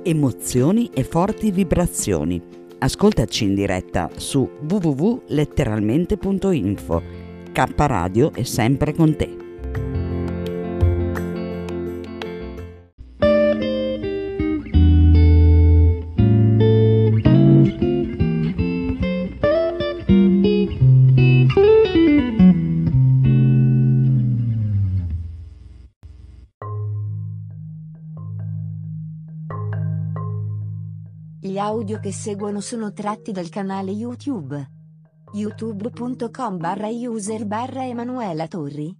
emozioni e forti vibrazioni. Ascoltaci in diretta su www.letteralmente.info. K Radio è sempre con te. Gli audio che seguono sono tratti dal canale YouTube youtube.com/user/Emanuela Torri.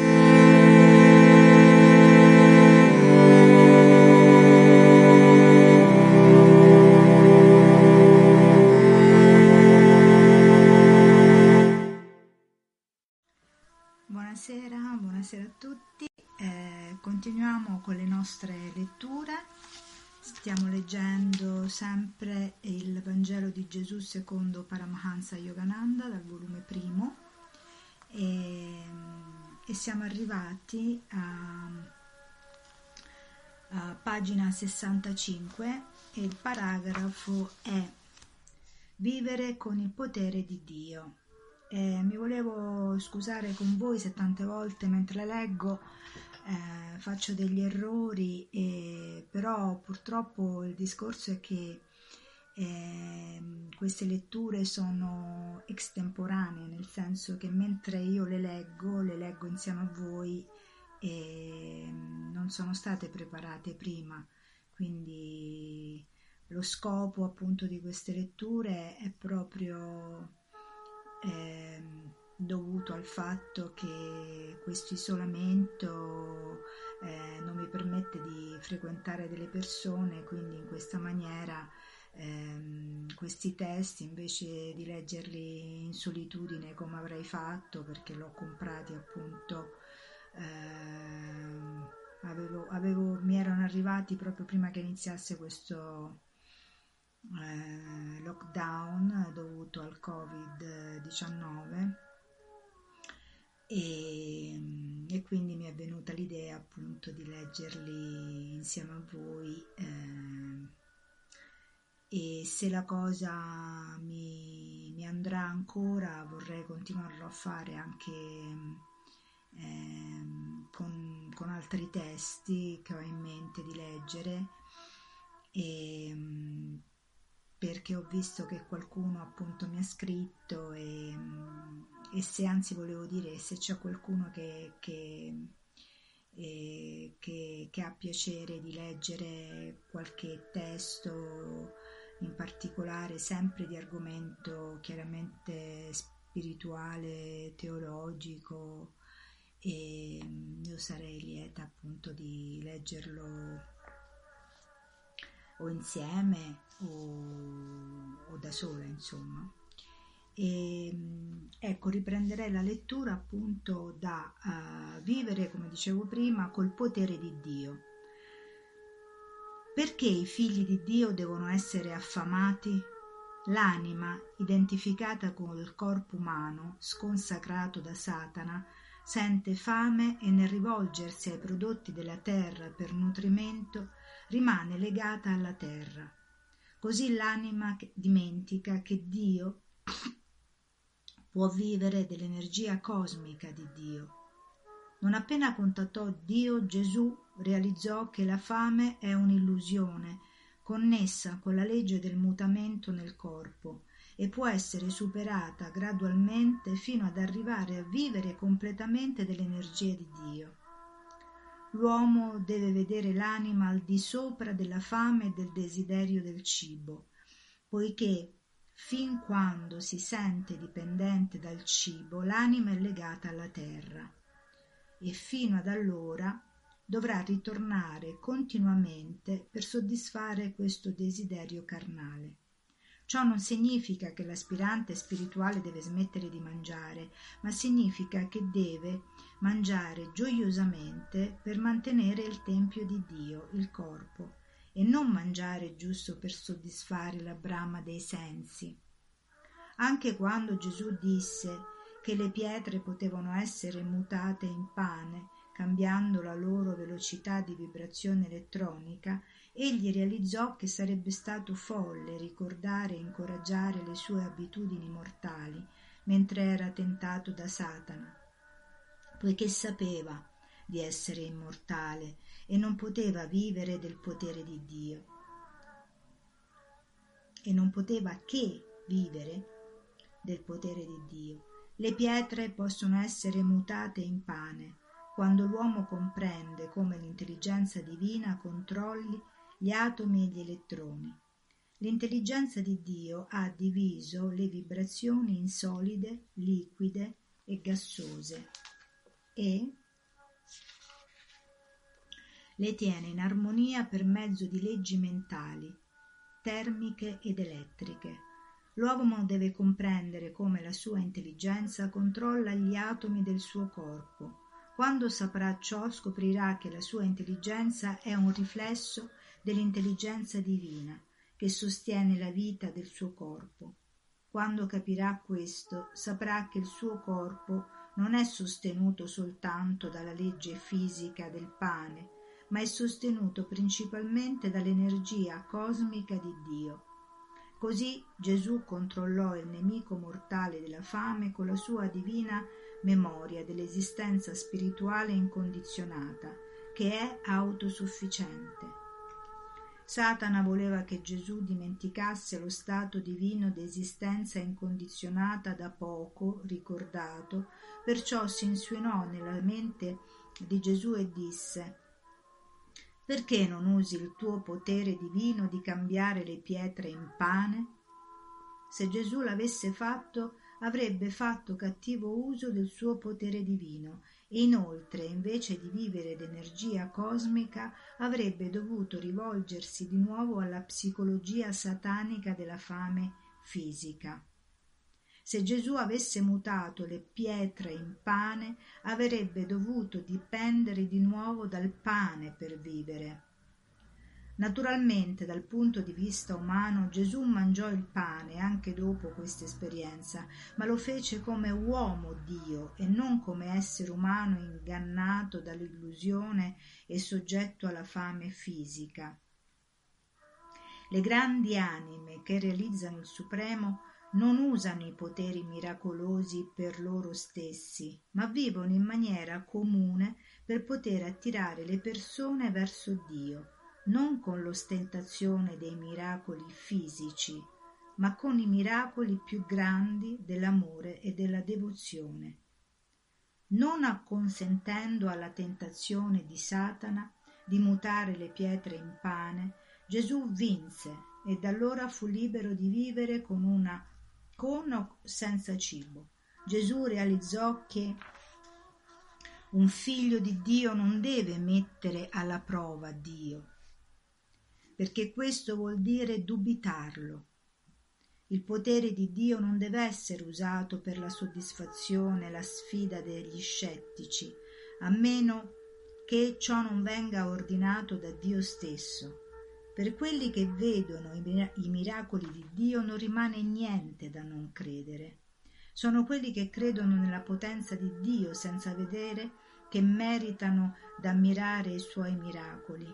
Buonasera a tutti. Continuiamo con le nostre letture. Stiamo leggendo sempre il Vangelo di Gesù secondo Paramahansa Yogananda dal volume primo e siamo arrivati a pagina 65 e il paragrafo è Vivere con il potere di Dio. Mi volevo scusare con voi se tante volte mentre la leggo faccio degli errori, però purtroppo il discorso è che queste letture sono extemporanee, nel senso che mentre io le leggo insieme a voi e non sono state preparate prima, quindi lo scopo appunto di queste letture è proprio dovuto al fatto che questo isolamento non mi permette di frequentare delle persone, quindi in questa maniera questi testi, invece di leggerli in solitudine come avrei fatto, perché l'ho comprati appunto, mi erano arrivati proprio prima che iniziasse questo lockdown dovuto al Covid-19 e quindi mi è venuta l'idea appunto di leggerli insieme a voi, e se la cosa mi andrà ancora vorrei continuarlo a fare anche con altri testi che ho in mente di leggere, perché ho visto che qualcuno appunto mi ha scritto e se anzi volevo dire, se c'è qualcuno che ha piacere di leggere qualche testo in particolare, sempre di argomento chiaramente spirituale, teologico, e io sarei lieta appunto di leggerlo o insieme o da sola, insomma. Ecco, riprenderei la lettura appunto da Vivere, come dicevo prima, col potere di Dio. Perché i figli di Dio devono essere affamati? L'anima, identificata col corpo umano, sconsacrato da Satana, sente fame e nel rivolgersi ai prodotti della terra per nutrimento rimane legata alla terra. Così l'anima dimentica che Dio può vivere dell'energia cosmica di Dio. Non appena contattò Dio, Gesù realizzò che la fame è un'illusione connessa con la legge del mutamento nel corpo e può essere superata gradualmente fino ad arrivare a vivere completamente dell'energia di Dio. L'uomo deve vedere l'anima al di sopra della fame e del desiderio del cibo, poiché fin quando si sente dipendente dal cibo l'anima è legata alla terra e fino ad allora dovrà ritornare continuamente per soddisfare questo desiderio carnale. Ciò non significa che l'aspirante spirituale deve smettere di mangiare, ma significa che deve mangiare gioiosamente per mantenere il tempio di Dio, il corpo, e non mangiare giusto per soddisfare la brama dei sensi. Anche quando Gesù disse che le pietre potevano essere mutate in pane, cambiando la loro velocità di vibrazione elettronica, egli realizzò che sarebbe stato folle ricordare e incoraggiare le sue abitudini mortali mentre era tentato da Satana, poiché sapeva di essere immortale e non poteva vivere del potere di Dio. E non poteva che vivere del potere di Dio. Le pietre possono essere mutate in pane quando l'uomo comprende come l'intelligenza divina controlli gli atomi e gli elettroni. L'intelligenza di Dio ha diviso le vibrazioni in solide, liquide e gassose e le tiene in armonia per mezzo di leggi mentali, termiche ed elettriche. L'uomo deve comprendere come la sua intelligenza controlla gli atomi del suo corpo. Quando saprà ciò, scoprirà che la sua intelligenza è un riflesso dell'intelligenza divina che sostiene la vita del suo corpo. Quando capirà questo, saprà che il suo corpo non è sostenuto soltanto dalla legge fisica del pane, ma è sostenuto principalmente dall'energia cosmica di Dio. Così Gesù controllò il nemico mortale della fame con la sua divina memoria dell'esistenza spirituale incondizionata, che è autosufficiente. Satana voleva che Gesù dimenticasse lo stato divino di esistenza incondizionata da poco ricordato, perciò si insinuò nella mente di Gesù e disse: «Perché non usi il tuo potere divino di cambiare le pietre in pane?» Se Gesù l'avesse fatto, avrebbe fatto cattivo uso del suo potere divino e inoltre, invece di vivere d'energia cosmica, avrebbe dovuto rivolgersi di nuovo alla psicologia satanica della fame fisica. Se Gesù avesse mutato le pietre in pane, avrebbe dovuto dipendere di nuovo dal pane per vivere. Naturalmente, dal punto di vista umano, Gesù mangiò il pane anche dopo questa esperienza, ma lo fece come uomo Dio e non come essere umano ingannato dall'illusione e soggetto alla fame fisica. Le grandi anime che realizzano il Supremo non usano i poteri miracolosi per loro stessi, ma vivono in maniera comune per poter attirare le persone verso Dio, non con l'ostentazione dei miracoli fisici, ma con i miracoli più grandi dell'amore e della devozione. Non acconsentendo alla tentazione di Satana di mutare le pietre in pane, Gesù vinse e da allora fu libero di vivere con o senza cibo. Gesù realizzò che un figlio di Dio non deve mettere alla prova Dio, perché questo vuol dire dubitarlo. Il potere di Dio non deve essere usato per la soddisfazione e la sfida degli scettici, a meno che ciò non venga ordinato da Dio stesso. Per quelli che vedono i miracoli di Dio non rimane niente da non credere. Sono quelli che credono nella potenza di Dio senza vedere che meritano d'ammirare i suoi miracoli.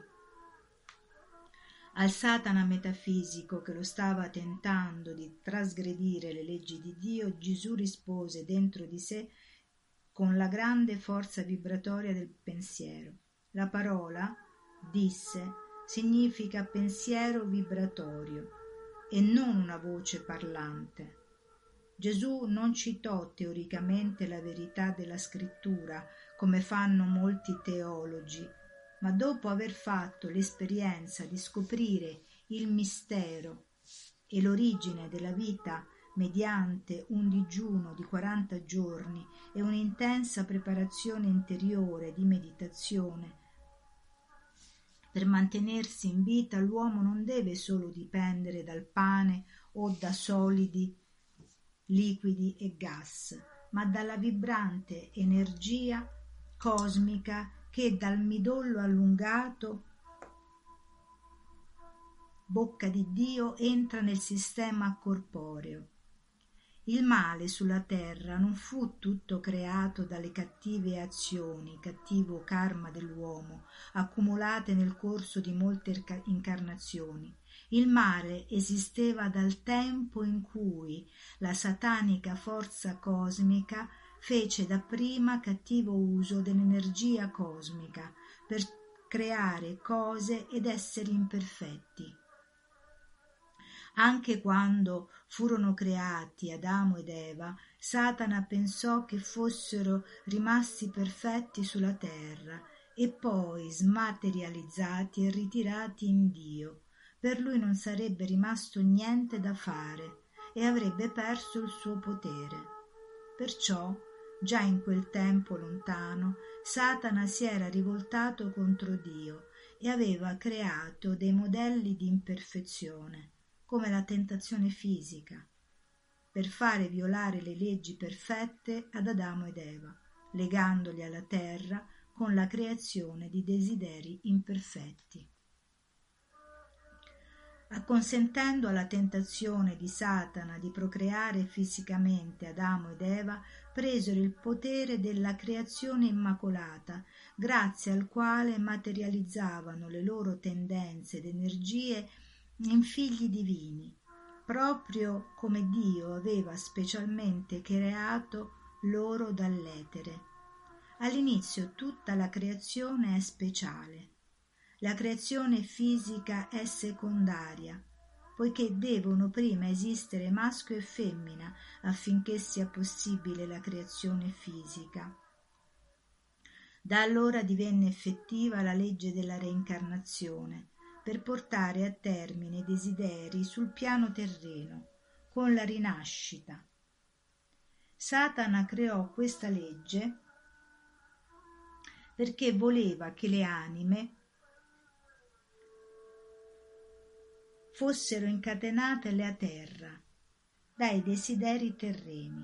Al Satana metafisico che lo stava tentando di trasgredire le leggi di Dio, Gesù rispose dentro di sé con la grande forza vibratoria del pensiero. La parola, disse, significa pensiero vibratorio e non una voce parlante. Gesù non citò teoricamente la verità della scrittura come fanno molti teologi, ma dopo aver fatto l'esperienza di scoprire il mistero e l'origine della vita mediante un digiuno di 40 giorni e un'intensa preparazione interiore di meditazione, per mantenersi in vita l'uomo non deve solo dipendere dal pane o da solidi, liquidi e gas, ma dalla vibrante energia cosmica che dal midollo allungato, bocca di Dio, entra nel sistema corporeo. Il male sulla terra non fu tutto creato dalle cattive azioni, cattivo karma dell'uomo, accumulate nel corso di molte incarnazioni. Il male esisteva dal tempo in cui la satanica forza cosmica fece dapprima cattivo uso dell'energia cosmica per creare cose ed esseri imperfetti. Anche quando furono creati Adamo ed Eva, Satana pensò che fossero rimasti perfetti sulla terra e poi smaterializzati e ritirati in Dio. Per lui non sarebbe rimasto niente da fare e avrebbe perso il suo potere. Perciò, già in quel tempo lontano, Satana si era rivoltato contro Dio e aveva creato dei modelli di imperfezione, come la tentazione fisica, per fare violare le leggi perfette ad Adamo ed Eva, legandoli alla terra con la creazione di desideri imperfetti. Acconsentendo alla tentazione di Satana di procreare fisicamente Adamo ed Eva, presero il potere della creazione immacolata, grazie al quale materializzavano le loro tendenze ed energie in figli divini, proprio come Dio aveva specialmente creato loro dall'etere. All'inizio tutta la creazione è speciale. La creazione fisica è secondaria, poiché devono prima esistere maschio e femmina affinché sia possibile la creazione fisica. Da allora divenne effettiva la legge della reincarnazione, per portare a termine i desideri sul piano terreno, con la rinascita. Satana creò questa legge perché voleva che le anime fossero incatenate alla terra dai desideri terreni.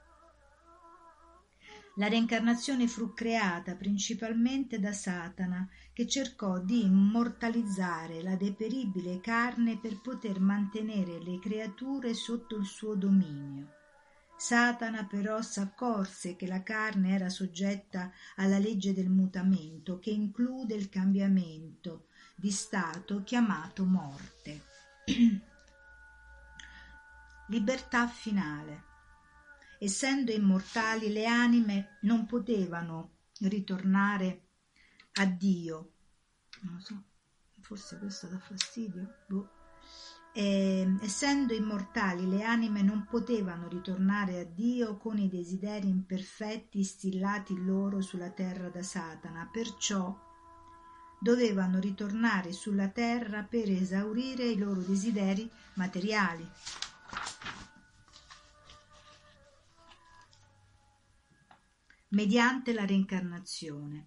La reincarnazione fu creata principalmente da Satana, che cercò di immortalizzare la deperibile carne per poter mantenere le creature sotto il suo dominio. Satana però s'accorse che la carne era soggetta alla legge del mutamento, che include il cambiamento di stato chiamato morte. Libertà finale. Essendo immortali, le anime non potevano ritornare a Dio. Non lo so, forse questo dà fastidio. Essendo immortali, le anime non potevano ritornare a Dio con i desideri imperfetti instillati in loro sulla terra da Satana, perciò dovevano ritornare sulla terra per esaurire i loro desideri materiali. Mediante la reincarnazione.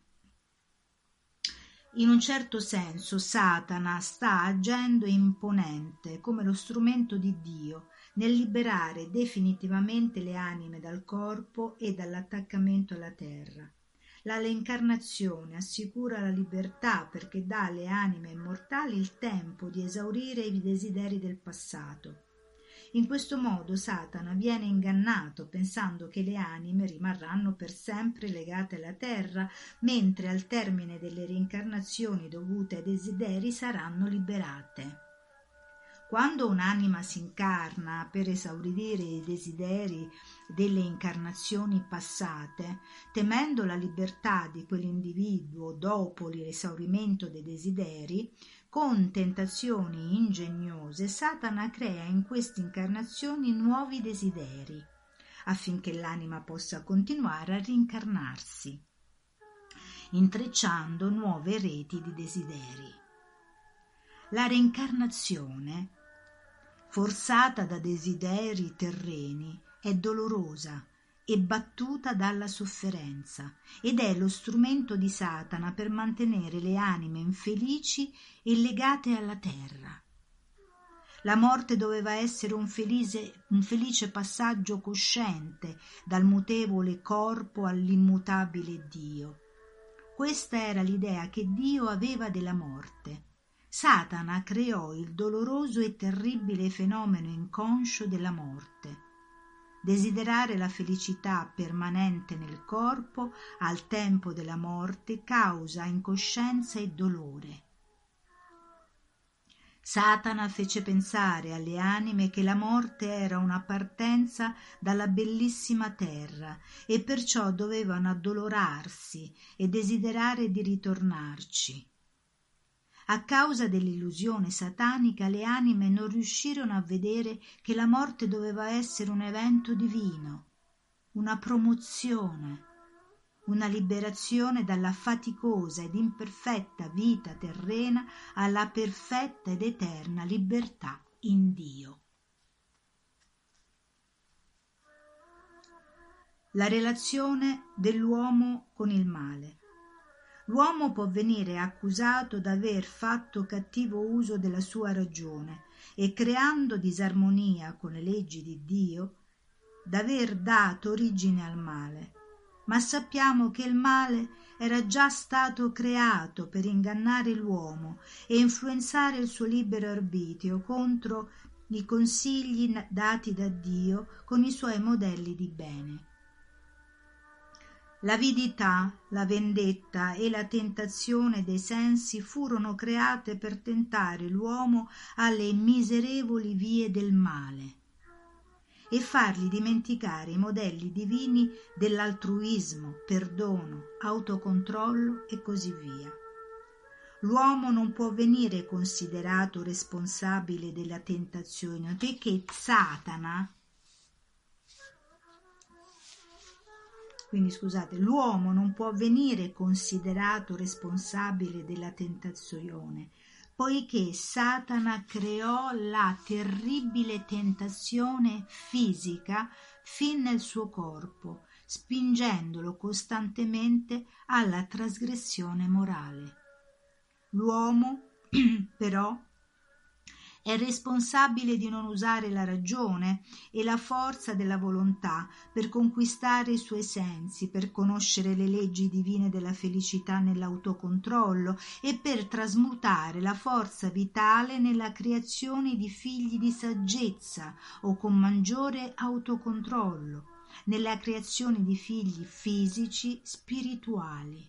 In un certo senso Satana sta agendo imponente come lo strumento di Dio nel liberare definitivamente le anime dal corpo e dall'attaccamento alla terra. La reincarnazione assicura la libertà perché dà alle anime immortali il tempo di esaurire i desideri del passato. In questo modo Satana viene ingannato pensando che le anime rimarranno per sempre legate alla terra, mentre al termine delle reincarnazioni dovute ai desideri saranno liberate. Quando un'anima si incarna per esaurire i desideri delle incarnazioni passate, temendo la libertà di quell'individuo dopo l'esaurimento dei desideri, con tentazioni ingegnose, Satana crea in queste incarnazioni nuovi desideri, affinché l'anima possa continuare a rincarnarsi, intrecciando nuove reti di desideri. La reincarnazione, forzata da desideri terreni, è dolorosa e battuta dalla sofferenza ed è lo strumento di Satana per mantenere le anime infelici e legate alla terra. La morte doveva essere un felice passaggio cosciente dal mutevole corpo all'immutabile Dio. Questa era l'idea che Dio aveva della morte. Satana creò il doloroso e terribile fenomeno inconscio della morte. Desiderare la felicità permanente nel corpo al tempo della morte causa incoscienza e dolore. Satana fece pensare alle anime che la morte era una partenza dalla bellissima terra e perciò dovevano addolorarsi e desiderare di ritornarci. A causa dell'illusione satanica le anime non riuscirono a vedere che la morte doveva essere un evento divino, una promozione, una liberazione dalla faticosa ed imperfetta vita terrena alla perfetta ed eterna libertà in Dio. La relazione dell'uomo con il male. L'uomo può venire accusato d'aver fatto cattivo uso della sua ragione e, creando disarmonia con le leggi di Dio, d'aver dato origine al male. Ma sappiamo che il male era già stato creato per ingannare l'uomo e influenzare il suo libero arbitrio contro i consigli dati da Dio con i suoi modelli di bene. L'avidità, la vendetta e la tentazione dei sensi furono create per tentare l'uomo alle miserevoli vie del male e fargli dimenticare i modelli divini dell'altruismo, perdono, autocontrollo e così via. L'uomo non può venire considerato responsabile della tentazione, perché l'uomo non può venire considerato responsabile della tentazione, poiché Satana creò la terribile tentazione fisica fin nel suo corpo, spingendolo costantemente alla trasgressione morale. L'uomo, però, è responsabile di non usare la ragione e la forza della volontà per conquistare i suoi sensi, per conoscere le leggi divine della felicità nell'autocontrollo e per trasmutare la forza vitale nella creazione di figli di saggezza o con maggiore autocontrollo, nella creazione di figli fisici spirituali.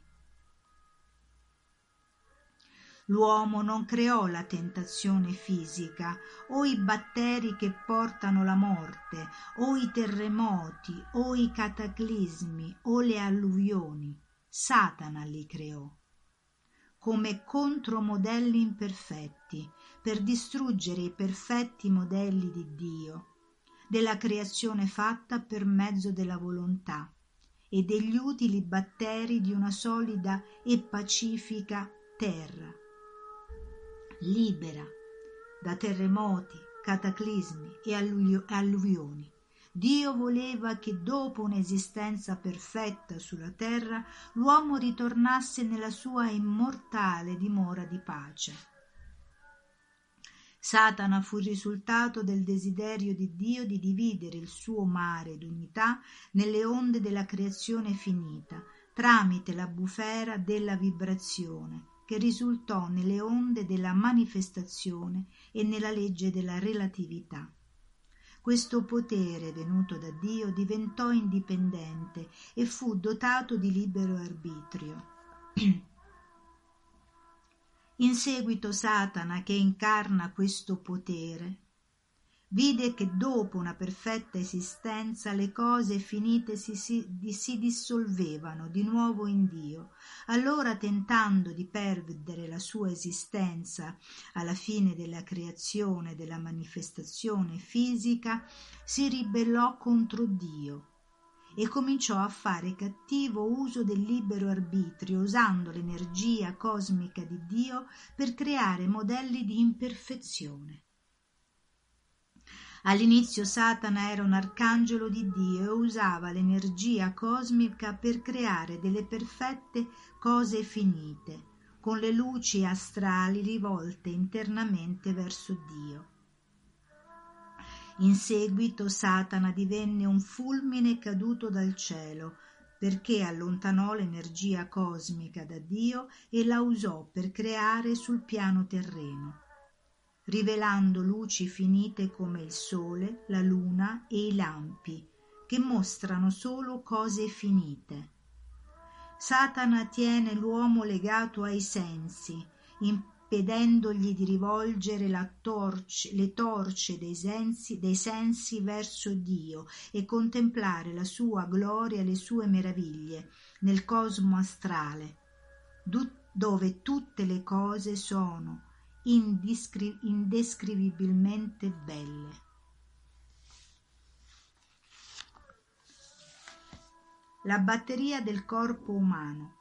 L'uomo non creò la tentazione fisica, o i batteri che portano la morte, o i terremoti, o i cataclismi, o le alluvioni. Satana li creò come contromodelli imperfetti, per distruggere i perfetti modelli di Dio, della creazione fatta per mezzo della volontà e degli utili batteri di una solida e pacifica terra, libera da terremoti, cataclismi e alluvioni. Dio voleva che dopo un'esistenza perfetta sulla terra l'uomo ritornasse nella sua immortale dimora di pace. Satana fu il risultato del desiderio di Dio di dividere il suo mare d'unità nelle onde della creazione finita, tramite la bufera della vibrazione, che risultò nelle onde della manifestazione e nella legge della relatività. Questo potere venuto da Dio diventò indipendente e fu dotato di libero arbitrio. In seguito Satana, che incarna questo potere, vide che dopo una perfetta esistenza le cose finite si dissolvevano di nuovo in Dio. Allora, tentando di perdere la sua esistenza alla fine della creazione, della manifestazione fisica, si ribellò contro Dio e cominciò a fare cattivo uso del libero arbitrio, usando l'energia cosmica di Dio per creare modelli di imperfezione. All'inizio Satana era un arcangelo di Dio e usava l'energia cosmica per creare delle perfette cose finite, con le luci astrali rivolte internamente verso Dio. In seguito Satana divenne un fulmine caduto dal cielo, perché allontanò l'energia cosmica da Dio e la usò per creare sul piano terreno, rivelando luci finite come il sole, la luna e i lampi, che mostrano solo cose finite. Satana tiene l'uomo legato ai sensi, impedendogli di rivolgere le torce dei sensi verso Dio e contemplare la sua gloria e le sue meraviglie nel cosmo astrale, dove tutte le cose sono indescrivibilmente belle. La batteria del corpo umano.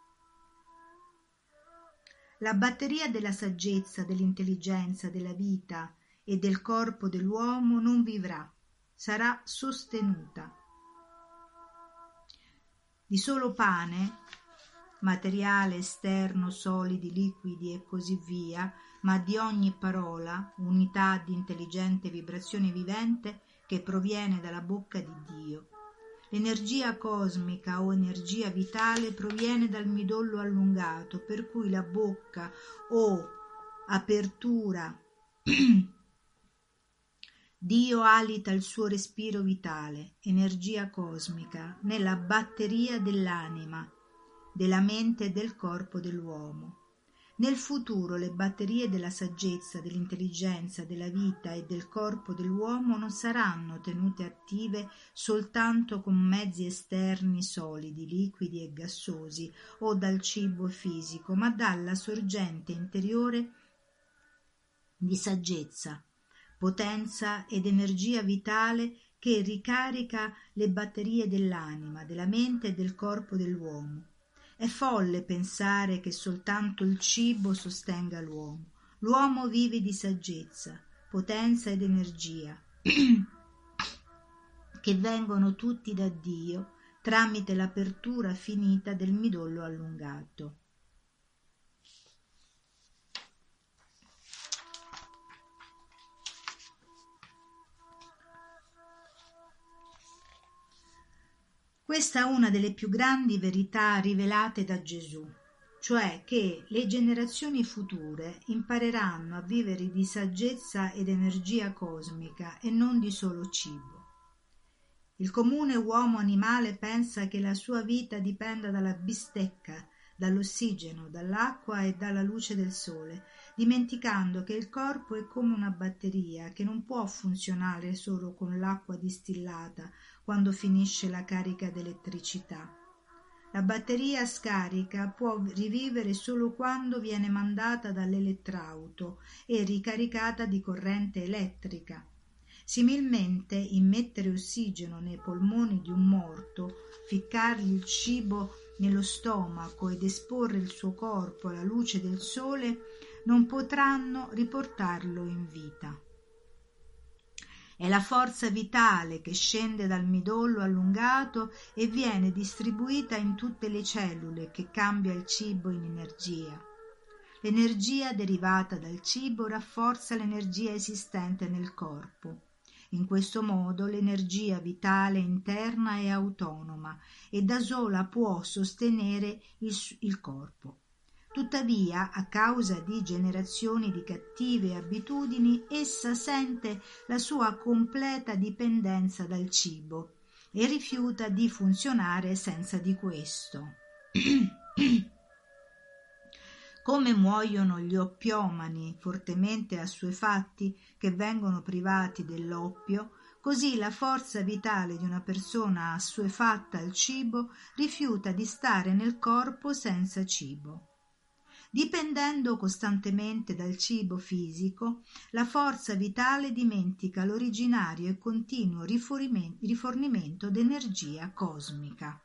La batteria della saggezza, dell'intelligenza, della vita e del corpo dell'uomo non vivrà, sarà sostenuta. Di solo pane, materiale esterno, solidi, liquidi e così via, ma di ogni parola, unità di intelligente vibrazione vivente che proviene dalla bocca di Dio. L'energia cosmica o energia vitale proviene dal midollo allungato, per cui la bocca o apertura Dio alita il suo respiro vitale, energia cosmica, nella batteria dell'anima, della mente e del corpo dell'uomo. Nel futuro le batterie della saggezza, dell'intelligenza, della vita e del corpo dell'uomo non saranno tenute attive soltanto con mezzi esterni solidi, liquidi e gassosi o dal cibo fisico, ma dalla sorgente interiore di saggezza, potenza ed energia vitale che ricarica le batterie dell'anima, della mente e del corpo dell'uomo. È folle pensare che soltanto il cibo sostenga l'uomo. L'uomo vive di saggezza, potenza ed energia, che vengono tutti da Dio tramite l'apertura finita del midollo allungato. Questa è una delle più grandi verità rivelate da Gesù, cioè che le generazioni future impareranno a vivere di saggezza ed energia cosmica e non di solo cibo. Il comune uomo animale pensa che la sua vita dipenda dalla bistecca, dall'ossigeno, dall'acqua e dalla luce del sole, dimenticando che il corpo è come una batteria che non può funzionare solo con l'acqua distillata quando finisce la carica d'elettricità. La batteria scarica può rivivere solo quando viene mandata dall'elettrauto e ricaricata di corrente elettrica. Similmente, immettere ossigeno nei polmoni di un morto, ficcargli il cibo nello stomaco ed esporre il suo corpo alla luce del sole non potranno riportarlo in vita. È la forza vitale che scende dal midollo allungato e viene distribuita in tutte le cellule, che cambia il cibo in energia. L'energia derivata dal cibo rafforza l'energia esistente nel corpo. In questo modo l'energia vitale interna è autonoma e da sola può sostenere il corpo. Tuttavia, a causa di generazioni di cattive abitudini, essa sente la sua completa dipendenza dal cibo e rifiuta di funzionare senza di questo. Come muoiono gli oppiomani fortemente assuefatti che vengono privati dell'oppio, così la forza vitale di una persona assuefatta al cibo rifiuta di stare nel corpo senza cibo. Dipendendo costantemente dal cibo fisico, la forza vitale dimentica l'originario e continuo rifornimento d'energia cosmica.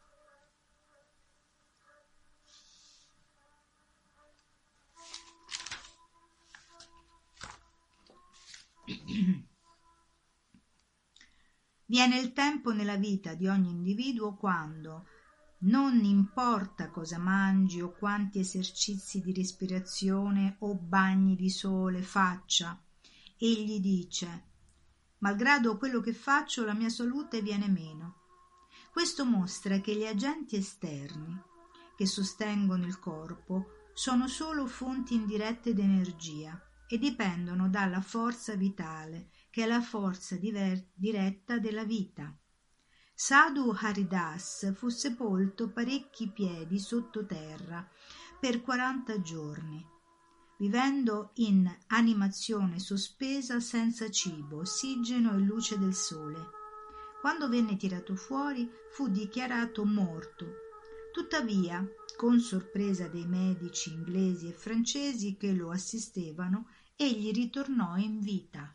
Viene il tempo nella vita di ogni individuo quando, non importa cosa mangi o quanti esercizi di respirazione o bagni di sole faccia, egli dice: malgrado quello che faccio, la mia salute viene meno. Questo mostra che gli agenti esterni che sostengono il corpo sono solo fonti indirette d'energia e dipendono dalla forza vitale, che è la forza diretta della vita. Sadhu Haridas fu sepolto parecchi piedi sottoterra per 40 giorni, vivendo in animazione sospesa senza cibo, ossigeno e luce del sole. Quando venne tirato fuori fu dichiarato morto. Tuttavia, con sorpresa dei medici inglesi e francesi che lo assistevano, egli ritornò in vita.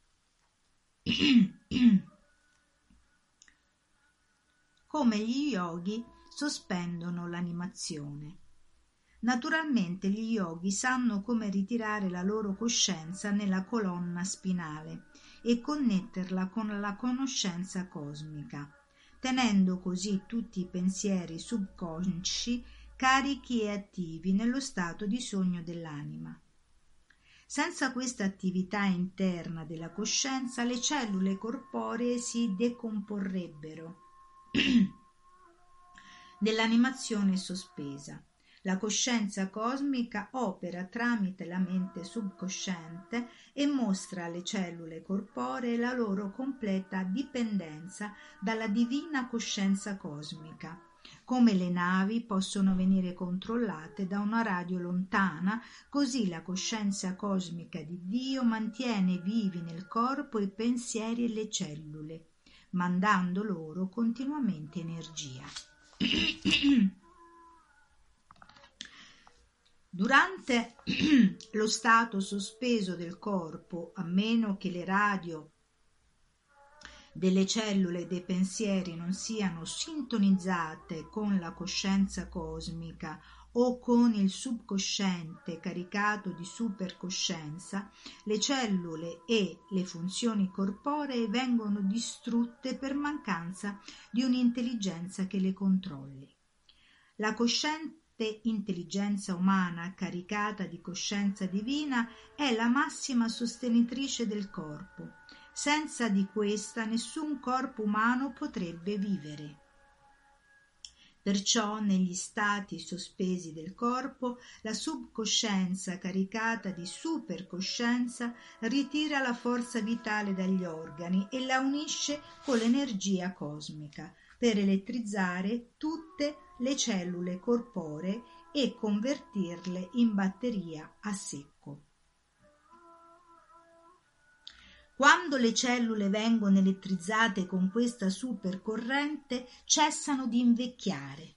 Come gli yogi sospendono l'animazione. Naturalmente gli yogi sanno come ritirare la loro coscienza nella colonna spinale e connetterla con la conoscenza cosmica, tenendo così tutti i pensieri subconsci carichi e attivi nello stato di sogno dell'anima. Senza questa attività interna della coscienza, le cellule corporee si decomporrebbero nell'animazione sospesa. La coscienza cosmica opera tramite la mente subconsciente e mostra alle cellule corporee la loro completa dipendenza dalla divina coscienza cosmica. Come le navi possono venire controllate da una radio lontana, così la coscienza cosmica di Dio mantiene vivi nel corpo i pensieri e le cellule, mandando loro continuamente energia. Durante lo stato sospeso del corpo, a meno che le radio delle cellule e dei pensieri non siano sintonizzate con la coscienza cosmica o con il subconsciente caricato di supercoscienza, le cellule e le funzioni corporee vengono distrutte per mancanza di un'intelligenza che le controlli. La cosciente intelligenza umana caricata di coscienza divina è la massima sostenitrice del corpo. Senza di questa nessun corpo umano potrebbe vivere. Perciò negli stati sospesi del corpo la subcoscienza caricata di supercoscienza ritira la forza vitale dagli organi e la unisce con l'energia cosmica per elettrizzare tutte le cellule corporee e convertirle in batteria a secco. Quando le cellule vengono elettrizzate con questa supercorrente, cessano di invecchiare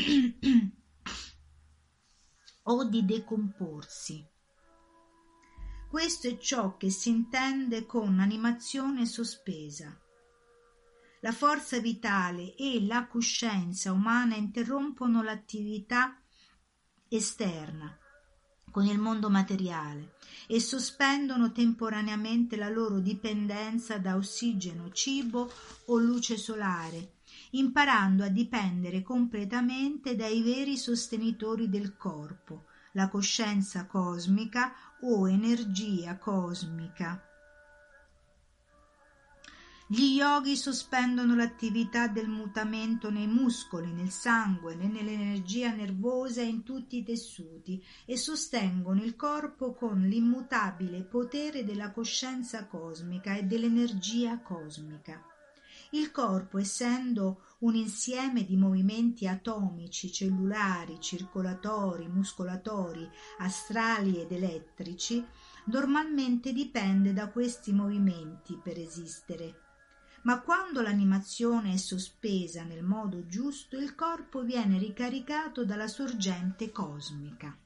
o di decomporsi. Questo è ciò che si intende con animazione sospesa. La forza vitale e la coscienza umana interrompono l'attività esterna con il mondo materiale e sospendono temporaneamente la loro dipendenza da ossigeno, cibo o luce solare, imparando a dipendere completamente dai veri sostenitori del corpo, la coscienza cosmica o energia cosmica. Gli yogi sospendono l'attività del mutamento nei muscoli, nel sangue, nell'energia nervosa e in tutti i tessuti e sostengono il corpo con l'immutabile potere della coscienza cosmica e dell'energia cosmica. Il corpo, essendo un insieme di movimenti atomici, cellulari, circolatori, muscolatori, astrali ed elettrici, normalmente dipende da questi movimenti per esistere. Ma quando l'animazione è sospesa nel modo giusto, il corpo viene ricaricato dalla sorgente cosmica.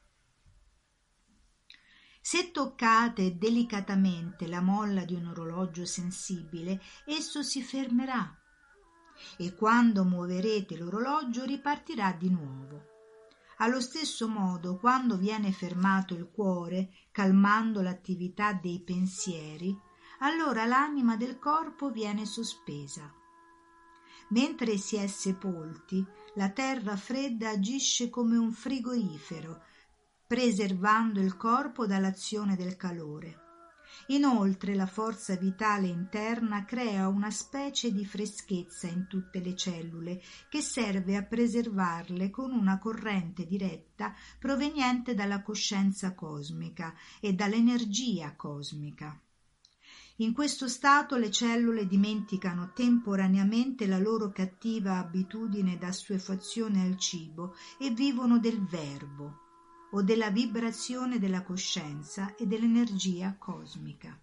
Se toccate delicatamente la molla di un orologio sensibile, esso si fermerà e quando muoverete l'orologio ripartirà di nuovo. Allo stesso modo, quando viene fermato il cuore, calmando l'attività dei pensieri, allora l'anima del corpo viene sospesa. Mentre si è sepolti, la terra fredda agisce come un frigorifero, preservando il corpo dall'azione del calore. Inoltre la forza vitale interna crea una specie di freschezza in tutte le cellule che serve a preservarle con una corrente diretta proveniente dalla coscienza cosmica e dall'energia cosmica. In questo stato le cellule dimenticano temporaneamente la loro cattiva abitudine d'assuefazione al cibo e vivono del verbo o della vibrazione della coscienza e dell'energia cosmica.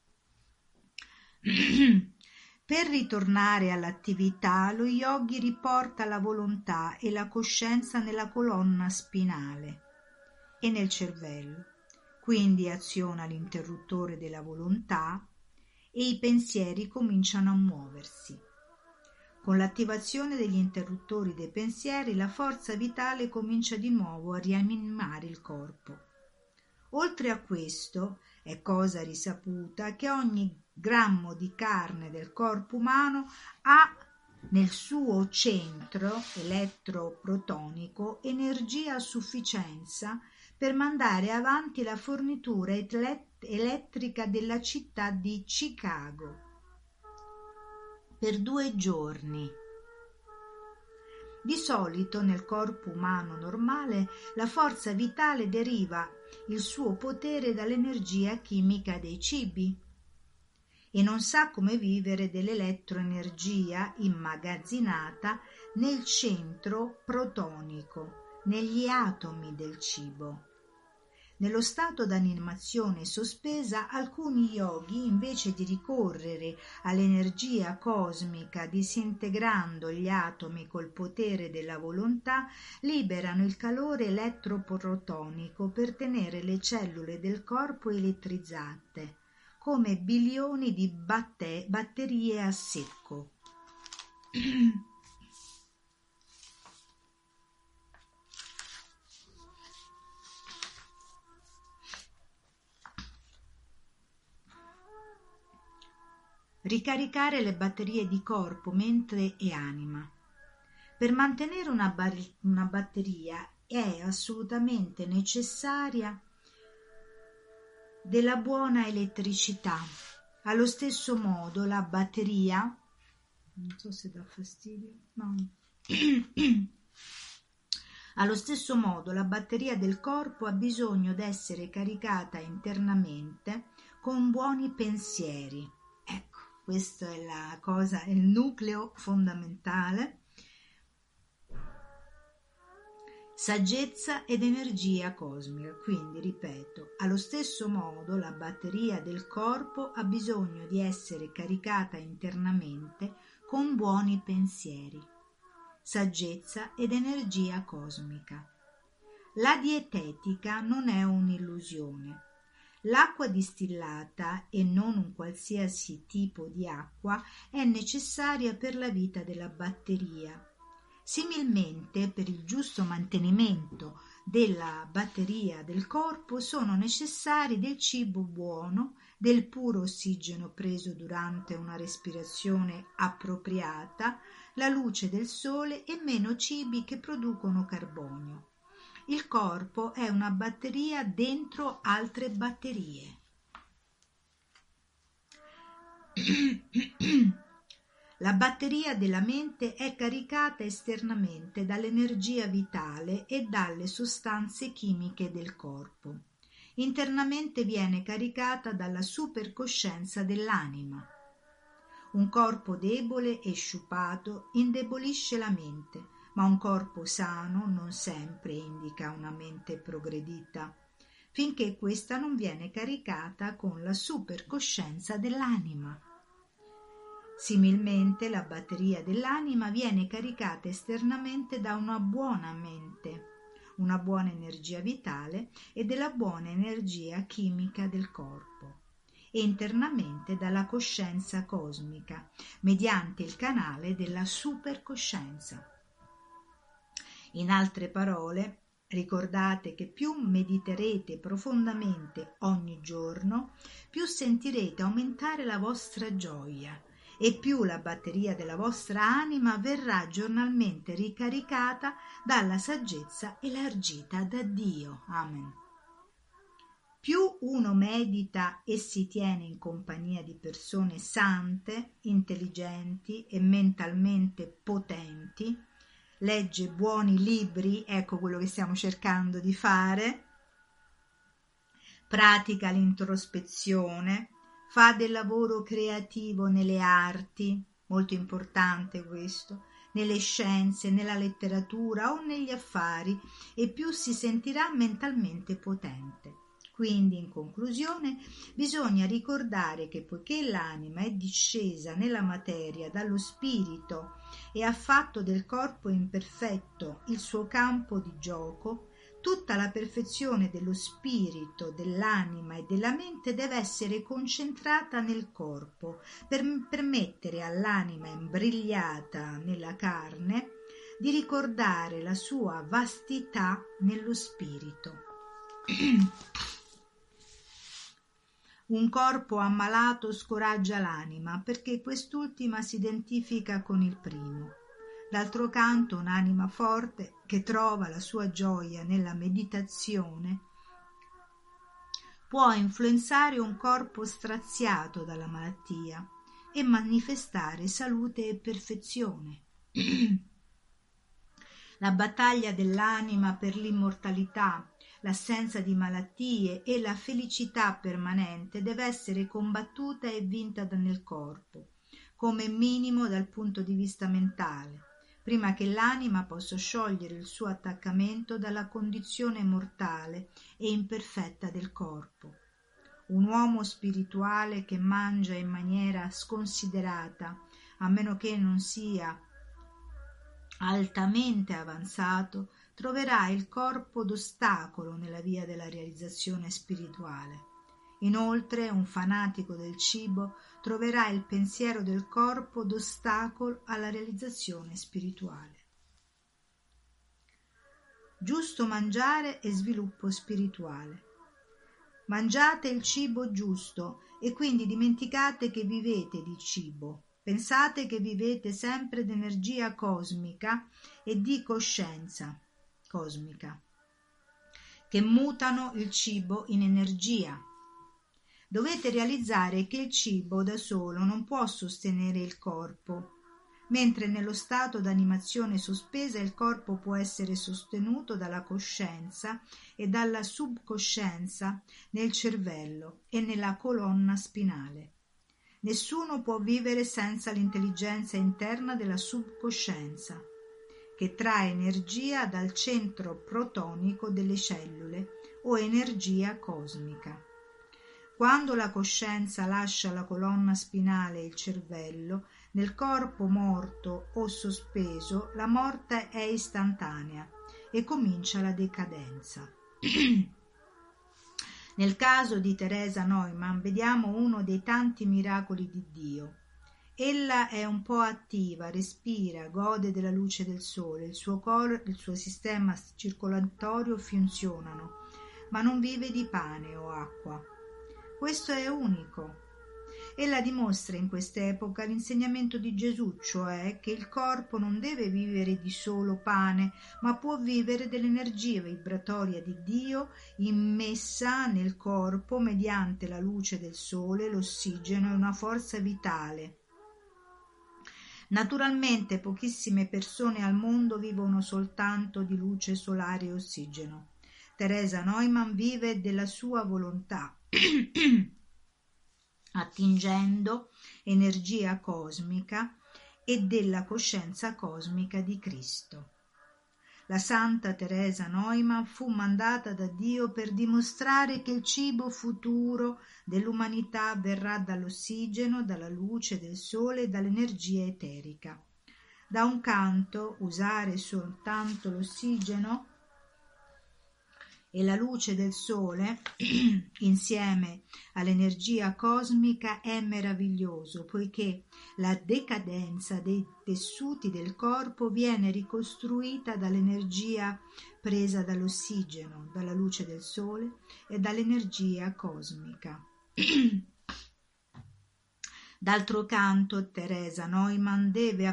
Per ritornare all'attività, lo yogi riporta la volontà e la coscienza nella colonna spinale e nel cervello, quindi aziona l'interruttore della volontà e i pensieri cominciano a muoversi. Con l'attivazione degli interruttori dei pensieri, la forza vitale comincia di nuovo a rianimare il corpo. Oltre a questo, è cosa risaputa che ogni grammo di carne del corpo umano ha nel suo centro elettroprotonico energia a sufficienza per mandare avanti la fornitura elettrica della città di Chicago per 2 giorni. Di solito nel corpo umano normale la forza vitale deriva il suo potere dall'energia chimica dei cibi e non sa come vivere dell'elettroenergia immagazzinata nel centro protonico, negli atomi del cibo. Nello stato d'animazione sospesa, alcuni yogi, invece di ricorrere all'energia cosmica disintegrando gli atomi col potere della volontà, liberano il calore elettroprotonico per tenere le cellule del corpo elettrizzate, come bilioni di batterie a secco. Ricaricare le batterie di corpo, mente e anima. Per mantenere una batteria è assolutamente necessaria della buona elettricità. Allo stesso modo la batteria, non so se dà fastidio, no. Allo stesso modo la batteria del corpo ha bisogno di essere caricata internamente con buoni pensieri. Ecco, questa è la cosa, è il nucleo fondamentale. Saggezza ed energia cosmica. Quindi, ripeto, allo stesso modo la batteria del corpo ha bisogno di essere caricata internamente con buoni pensieri, saggezza ed energia cosmica. La dietetica non è un'illusione. L'acqua distillata e non un qualsiasi tipo di acqua è necessaria per la vita della batteria. Similmente, per il giusto mantenimento della batteria del corpo sono necessari del cibo buono, del puro ossigeno preso durante una respirazione appropriata, la luce del sole e meno cibi che producono carbonio. Il corpo è una batteria dentro altre batterie. La batteria della mente è caricata esternamente dall'energia vitale e dalle sostanze chimiche del corpo. Internamente viene caricata dalla supercoscienza dell'anima. Un corpo debole e sciupato indebolisce la mente, ma un corpo sano non sempre indica una mente progredita, finché questa non viene caricata con la supercoscienza dell'anima. Similmente, la batteria dell'anima viene caricata esternamente da una buona mente, una buona energia vitale e della buona energia chimica del corpo, e internamente dalla coscienza cosmica, mediante il canale della supercoscienza. In altre parole, ricordate che più mediterete profondamente ogni giorno, più sentirete aumentare la vostra gioia e più la batteria della vostra anima verrà giornalmente ricaricata dalla saggezza elargita da Dio. Amen. Più uno medita e si tiene in compagnia di persone sante, intelligenti e mentalmente potenti, legge buoni libri, ecco quello che stiamo cercando di fare, pratica l'introspezione, fa del lavoro creativo nelle arti, molto importante questo, nelle scienze, nella letteratura o negli affari, e più si sentirà mentalmente potente. Quindi, in conclusione, bisogna ricordare che poiché l'anima è discesa nella materia dallo spirito e ha fatto del corpo imperfetto il suo campo di gioco, tutta la perfezione dello spirito, dell'anima e della mente deve essere concentrata nel corpo per permettere all'anima imbrigliata nella carne di ricordare la sua vastità nello spirito. Un corpo ammalato scoraggia l'anima perché quest'ultima si identifica con il primo. D'altro canto, un'anima forte che trova la sua gioia nella meditazione può influenzare un corpo straziato dalla malattia e manifestare salute e perfezione. La battaglia dell'anima per l'immortalità, l'assenza di malattie e la felicità permanente deve essere combattuta e vinta nel corpo, come minimo dal punto di vista mentale, prima che l'anima possa sciogliere il suo attaccamento dalla condizione mortale e imperfetta del corpo. Un uomo spirituale che mangia in maniera sconsiderata, a meno che non sia altamente avanzato, troverà il corpo d'ostacolo nella via della realizzazione spirituale. Inoltre, un fanatico del cibo troverà il pensiero del corpo d'ostacolo alla realizzazione spirituale. Giusto mangiare e sviluppo spirituale. Mangiate il cibo giusto e quindi dimenticate che vivete di cibo. Pensate che vivete sempre d'energia cosmica e di coscienza cosmica, che mutano il cibo in energia. Dovete realizzare che il cibo da solo non può sostenere il corpo, mentre nello stato d'animazione sospesa il corpo può essere sostenuto dalla coscienza e dalla subcoscienza nel cervello e nella colonna spinale. Nessuno può vivere senza l'intelligenza interna della subcoscienza, che trae energia dal centro protonico delle cellule o energia cosmica. Quando la coscienza lascia la colonna spinale e il cervello, nel corpo morto o sospeso, la morte è istantanea e comincia la decadenza. Nel caso di Teresa Neumann vediamo uno dei tanti miracoli di Dio. Ella è un po' attiva, respira, gode della luce del sole, il suo sistema circolatorio funzionano, ma non vive di pane o acqua. Questo è unico. Ella dimostra in quest'epoca l'insegnamento di Gesù, cioè che il corpo non deve vivere di solo pane, ma può vivere dell'energia vibratoria di Dio immessa nel corpo mediante la luce del sole, l'ossigeno e una forza vitale. Naturalmente pochissime persone al mondo vivono soltanto di luce solare e ossigeno. Teresa Neumann vive della sua volontà, attingendo energia cosmica e della coscienza cosmica di Cristo. La Santa Teresa Neumann fu mandata da Dio per dimostrare che il cibo futuro dell'umanità verrà dall'ossigeno, dalla luce del sole e dall'energia eterica. Da un canto, usare soltanto l'ossigeno e la luce del sole insieme all'energia cosmica è meraviglioso, poiché la decadenza dei tessuti del corpo viene ricostruita dall'energia presa dall'ossigeno, dalla luce del sole e dall'energia cosmica. D'altro canto, Teresa Neumann deve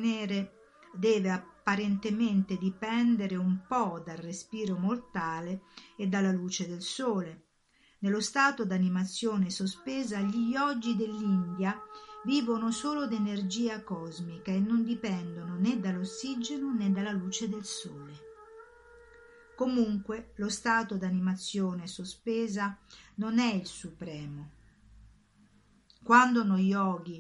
apparentemente dipendere un po' dal respiro mortale e dalla luce del sole. Nello stato d'animazione sospesa, gli yogi dell'India vivono solo d'energia cosmica e non dipendono né dall'ossigeno né dalla luce del sole. Comunque, lo stato d'animazione sospesa non è il supremo. Quando uno yogi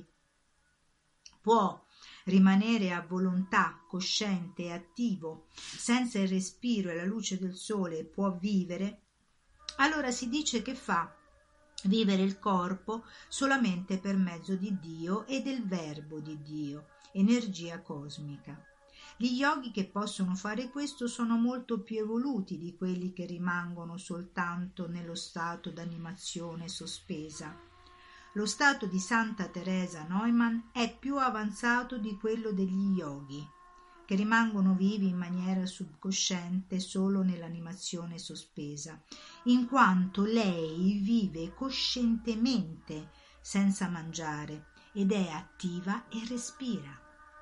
può rimanere a volontà cosciente e attivo senza il respiro e la luce del sole, può vivere, allora si dice che fa vivere il corpo solamente per mezzo di Dio e del verbo di Dio, energia cosmica. Gli yogi che possono fare questo sono molto più evoluti di quelli che rimangono soltanto nello stato d'animazione sospesa. Lo stato di Santa Teresa Neumann è più avanzato di quello degli yogi, che rimangono vivi in maniera subconsciente solo nell'animazione sospesa, in quanto lei vive coscientemente senza mangiare ed è attiva e respira.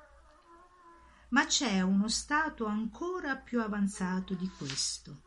Ma c'è uno stato ancora più avanzato di questo.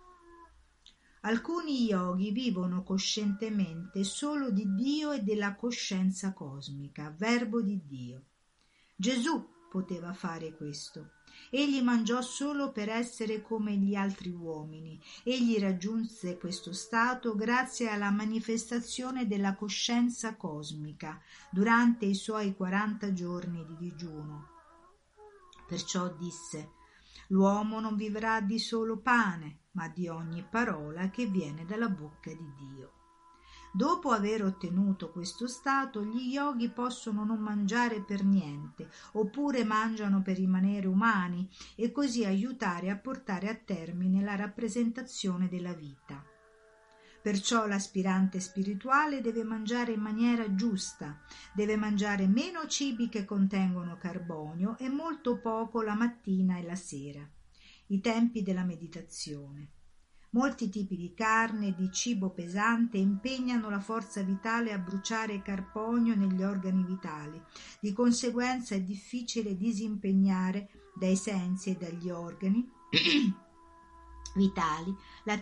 Alcuni yogi vivono coscientemente solo di Dio e della coscienza cosmica, verbo di Dio. Gesù poteva fare questo. Egli mangiò solo per essere come gli altri uomini. Egli raggiunse questo stato grazie alla manifestazione della coscienza cosmica durante i suoi 40 giorni di digiuno. Perciò disse: l'uomo non vivrà di solo pane, ma di ogni parola che viene dalla bocca di Dio. Dopo aver ottenuto questo stato, gli yogi possono non mangiare per niente, oppure mangiano per rimanere umani e così aiutare a portare a termine la rappresentazione della vita. Perciò l'aspirante spirituale deve mangiare in maniera giusta, deve mangiare meno cibi che contengono carbonio e molto poco la mattina e la sera, i tempi della meditazione. Molti tipi di carne e di cibo pesante impegnano la forza vitale a bruciare carbonio negli organi vitali. Di conseguenza è difficile disimpegnare dai sensi e dagli organi vitali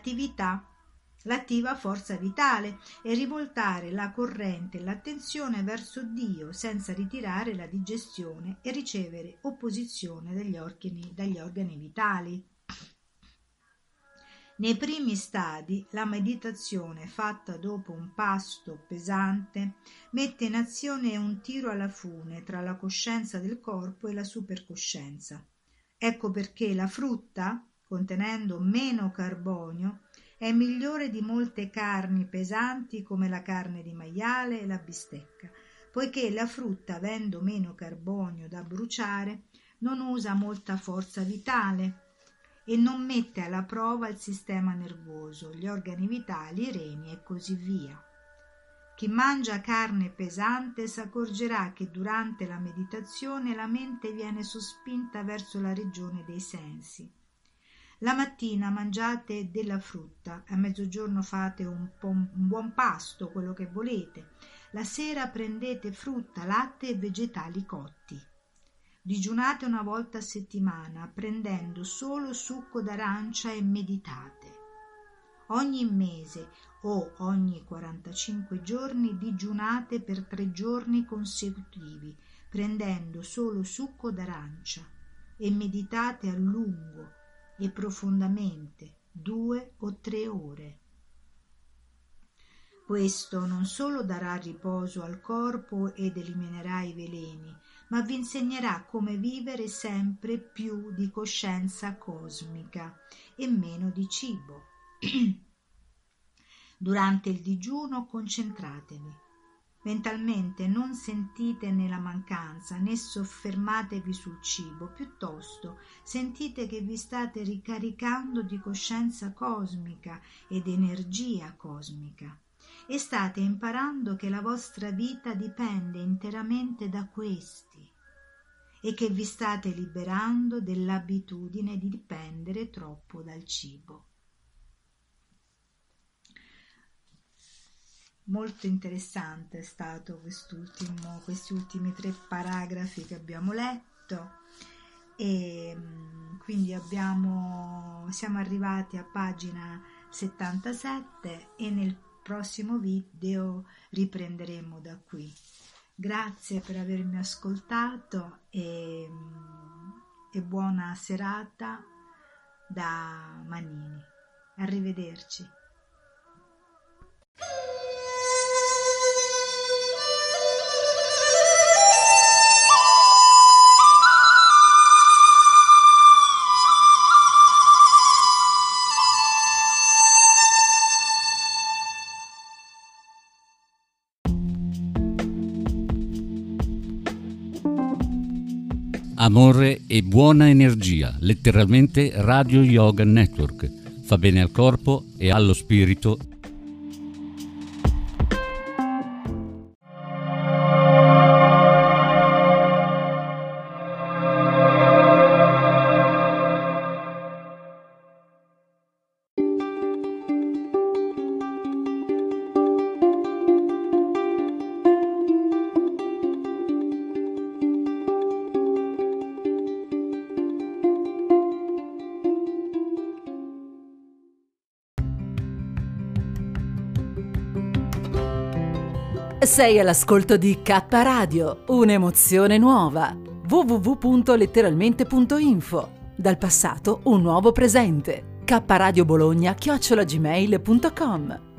l'attiva forza vitale e rivoltare la corrente e l'attenzione verso Dio senza ritirare la digestione e ricevere opposizione dagli organi vitali. Nei primi stadi la meditazione fatta dopo un pasto pesante mette in azione un tiro alla fune tra la coscienza del corpo e la supercoscienza. Ecco perché la frutta, contenendo meno carbonio, è migliore di molte carni pesanti come la carne di maiale e la bistecca, poiché la frutta, avendo meno carbonio da bruciare, non usa molta forza vitale e non mette alla prova il sistema nervoso, gli organi vitali, i reni e così via. Chi mangia carne pesante s'accorgerà che durante la meditazione la mente viene sospinta verso la regione dei sensi. La mattina mangiate della frutta, a mezzogiorno fate un buon pasto, quello che volete. La sera prendete frutta, latte e vegetali cotti. Digiunate una volta a settimana, prendendo solo succo d'arancia e meditate. Ogni mese o ogni 45 giorni digiunate per 3 giorni consecutivi, prendendo solo succo d'arancia e meditate a lungo e profondamente 2 o 3 ore. Questo non solo darà riposo al corpo ed eliminerà i veleni, ma vi insegnerà come vivere sempre più di coscienza cosmica e meno di cibo. Durante il digiuno concentratevi. Mentalmente non sentitene la mancanza né soffermatevi sul cibo, piuttosto sentite che vi state ricaricando di coscienza cosmica ed energia cosmica e state imparando che la vostra vita dipende interamente da questi e che vi state liberando dell'abitudine di dipendere troppo dal cibo. Molto interessante è stato questi ultimi 3 paragrafi che abbiamo letto e quindi siamo arrivati a pagina 77 e nel prossimo video riprenderemo da qui. Grazie per avermi ascoltato e buona serata da Manini. Arrivederci. Amore e buona energia, letteralmente Radio Yoga Network. Fa bene al corpo e allo spirito. Sei all'ascolto di K Radio, un'emozione nuova. www.letteralmente.info. Dal passato un nuovo presente. kradiobologna@gmail.com.